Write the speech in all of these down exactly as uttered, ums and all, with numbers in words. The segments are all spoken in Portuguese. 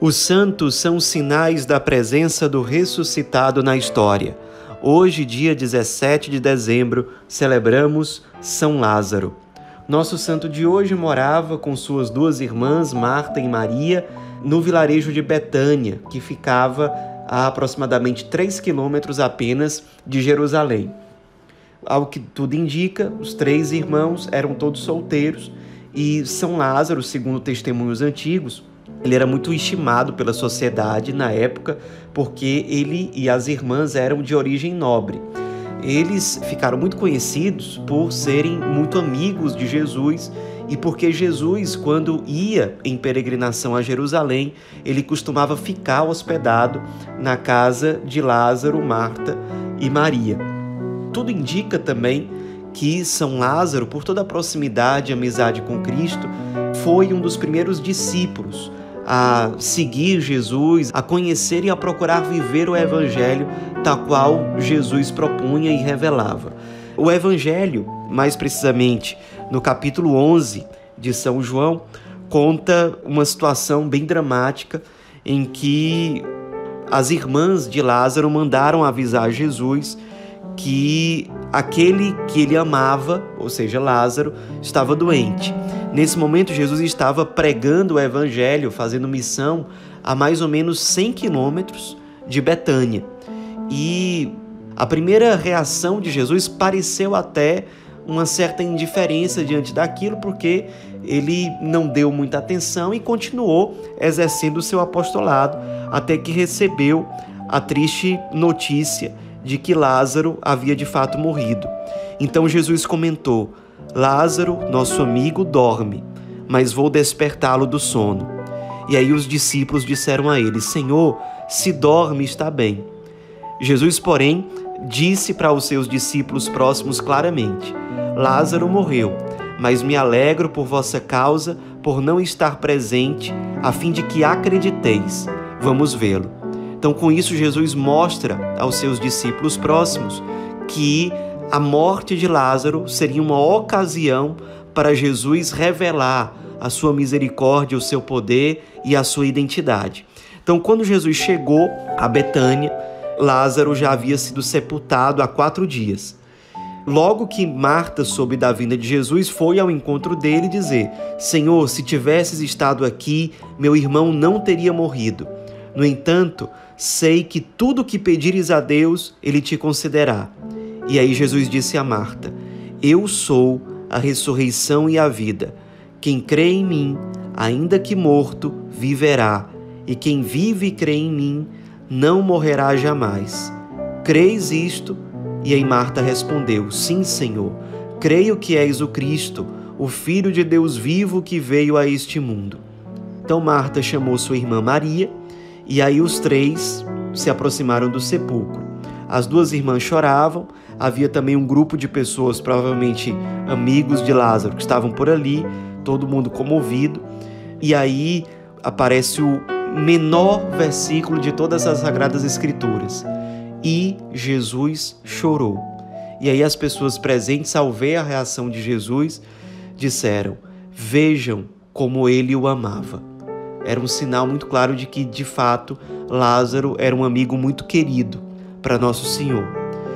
Os santos são sinais da presença do ressuscitado na história. Hoje, dia dezessete de dezembro, celebramos São Lázaro. Nosso santo de hoje morava com suas duas irmãs, Marta e Maria, no vilarejo de Betânia, que ficava a aproximadamente três quilômetros apenas de Jerusalém. Ao que tudo indica, os três irmãos eram todos solteiros e São Lázaro, segundo testemunhos antigos, ele era muito estimado pela sociedade na época, porque ele e as irmãs eram de origem nobre. Eles ficaram muito conhecidos por serem muito amigos de Jesus e porque Jesus, quando ia em peregrinação a Jerusalém, ele costumava ficar hospedado na casa de Lázaro, Marta e Maria. Tudo indica também que São Lázaro, por toda a proximidade e amizade com Cristo, foi um dos primeiros discípulos a seguir Jesus, a conhecer e a procurar viver o Evangelho tal qual Jesus propunha e revelava. O Evangelho, mais precisamente no capítulo onze de São João, conta uma situação bem dramática em que as irmãs de Lázaro mandaram avisar Jesus que aquele que ele amava, ou seja, Lázaro, estava doente. Nesse momento, Jesus estava pregando o Evangelho, fazendo missão a mais ou menos cem quilômetros de Betânia. E a primeira reação de Jesus pareceu até uma certa indiferença diante daquilo, porque ele não deu muita atenção e continuou exercendo o seu apostolado, até que recebeu a triste notícia de que Lázaro havia de fato morrido. Então Jesus comentou: Lázaro, nosso amigo, dorme, mas vou despertá-lo do sono. E aí os discípulos disseram a ele: Senhor, se dorme, está bem. Jesus, porém, disse para os seus discípulos próximos claramente: Lázaro morreu, mas me alegro por vossa causa, por não estar presente, a fim de que acrediteis. Vamos vê-lo. Então, com isso, Jesus mostra aos seus discípulos próximos que a morte de Lázaro seria uma ocasião para Jesus revelar a sua misericórdia, o seu poder e a sua identidade. Então, quando Jesus chegou a Betânia, Lázaro já havia sido sepultado há quatro dias. Logo que Marta soube da vinda de Jesus, foi ao encontro dele dizer: Senhor, se tivesses estado aqui, meu irmão não teria morrido. No entanto, sei que tudo o que pedires a Deus, Ele te concederá. E aí Jesus disse a Marta: Eu sou a ressurreição e a vida. Quem crê em mim, ainda que morto, viverá. E quem vive e crê em mim, não morrerá jamais. Creis isto? E aí Marta respondeu: Sim, Senhor. Creio que és o Cristo, o Filho de Deus vivo que veio a este mundo. Então Marta chamou sua irmã Maria, e aí os três se aproximaram do sepulcro. As duas irmãs choravam, havia também um grupo de pessoas, provavelmente amigos de Lázaro, que estavam por ali, todo mundo comovido. E aí aparece o menor versículo de todas as Sagradas Escrituras: E Jesus chorou. E aí as pessoas presentes, ao ver a reação de Jesus, disseram: Vejam como ele o amava. Era um sinal muito claro de que, de fato, Lázaro era um amigo muito querido para Nosso Senhor.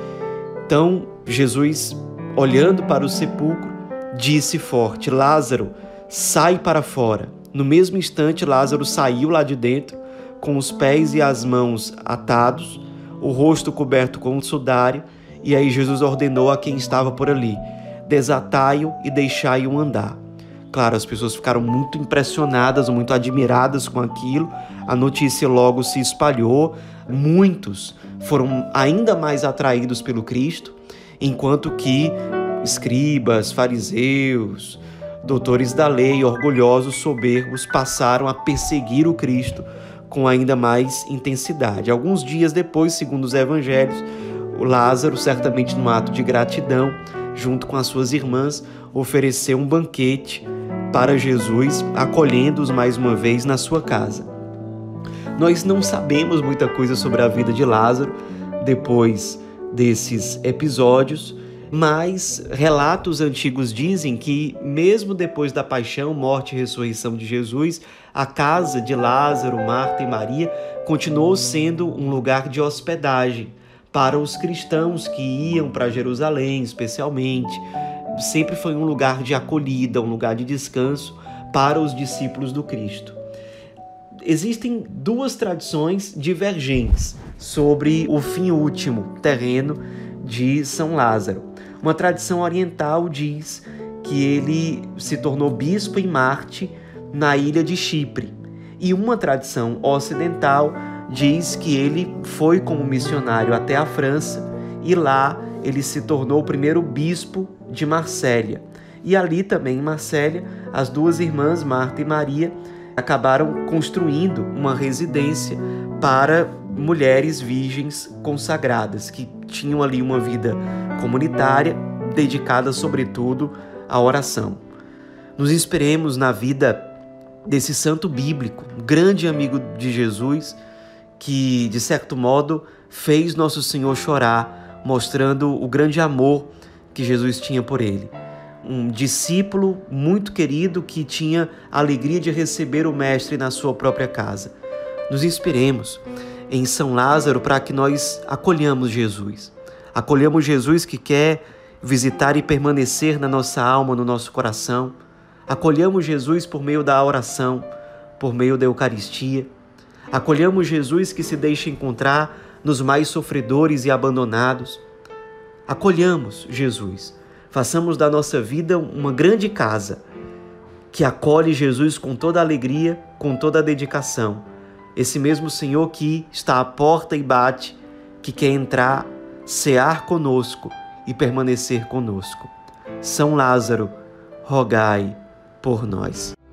Então, Jesus, olhando para o sepulcro, disse forte: Lázaro, sai para fora. No mesmo instante, Lázaro saiu lá de dentro, com os pés e as mãos atados, o rosto coberto com um sudário, e aí Jesus ordenou a quem estava por ali: desatai-o e deixai-o andar. Claro, as pessoas ficaram muito impressionadas, muito admiradas com aquilo. A notícia logo se espalhou. Muitos foram ainda mais atraídos pelo Cristo, enquanto que escribas, fariseus, doutores da lei, orgulhosos, soberbos, passaram a perseguir o Cristo com ainda mais intensidade. Alguns dias depois, segundo os evangelhos, o Lázaro, certamente num ato de gratidão, junto com as suas irmãs, ofereceu um banquete para Jesus, acolhendo-os mais uma vez na sua casa. Nós não sabemos muita coisa sobre a vida de Lázaro depois desses episódios, mas relatos antigos dizem que, mesmo depois da paixão, morte e ressurreição de Jesus, a casa de Lázaro, Marta e Maria continuou sendo um lugar de hospedagem para os cristãos que iam para Jerusalém, especialmente. Sempre foi um lugar de acolhida, um lugar de descanso para os discípulos do Cristo. Existem duas tradições divergentes sobre o fim último terreno de São Lázaro. Uma tradição oriental diz que ele se tornou bispo em Marte, na ilha de Chipre. E uma tradição ocidental diz que ele foi como missionário até a França e lá ele se tornou o primeiro bispo de Marsella. E ali também em Marsella, as duas irmãs, Marta e Maria, acabaram construindo uma residência para mulheres virgens consagradas, que tinham ali uma vida comunitária, dedicada sobretudo à oração. Nos inspiremos na vida desse santo bíblico, um grande amigo de Jesus, que, de certo modo, fez Nosso Senhor chorar, mostrando o grande amor que Jesus tinha por ele. Um discípulo muito querido que tinha a alegria de receber o Mestre na sua própria casa. Nos inspiremos em São Lázaro para que nós acolhamos Jesus. Acolhamos Jesus que quer visitar e permanecer na nossa alma, no nosso coração. Acolhamos Jesus por meio da oração, por meio da Eucaristia. Acolhamos Jesus que se deixa encontrar nos mais sofredores e abandonados. Acolhamos Jesus. Façamos da nossa vida uma grande casa que acolhe Jesus com toda a alegria, com toda a dedicação. Esse mesmo Senhor que está à porta e bate, que quer entrar, cear conosco e permanecer conosco. São Lázaro, rogai por nós.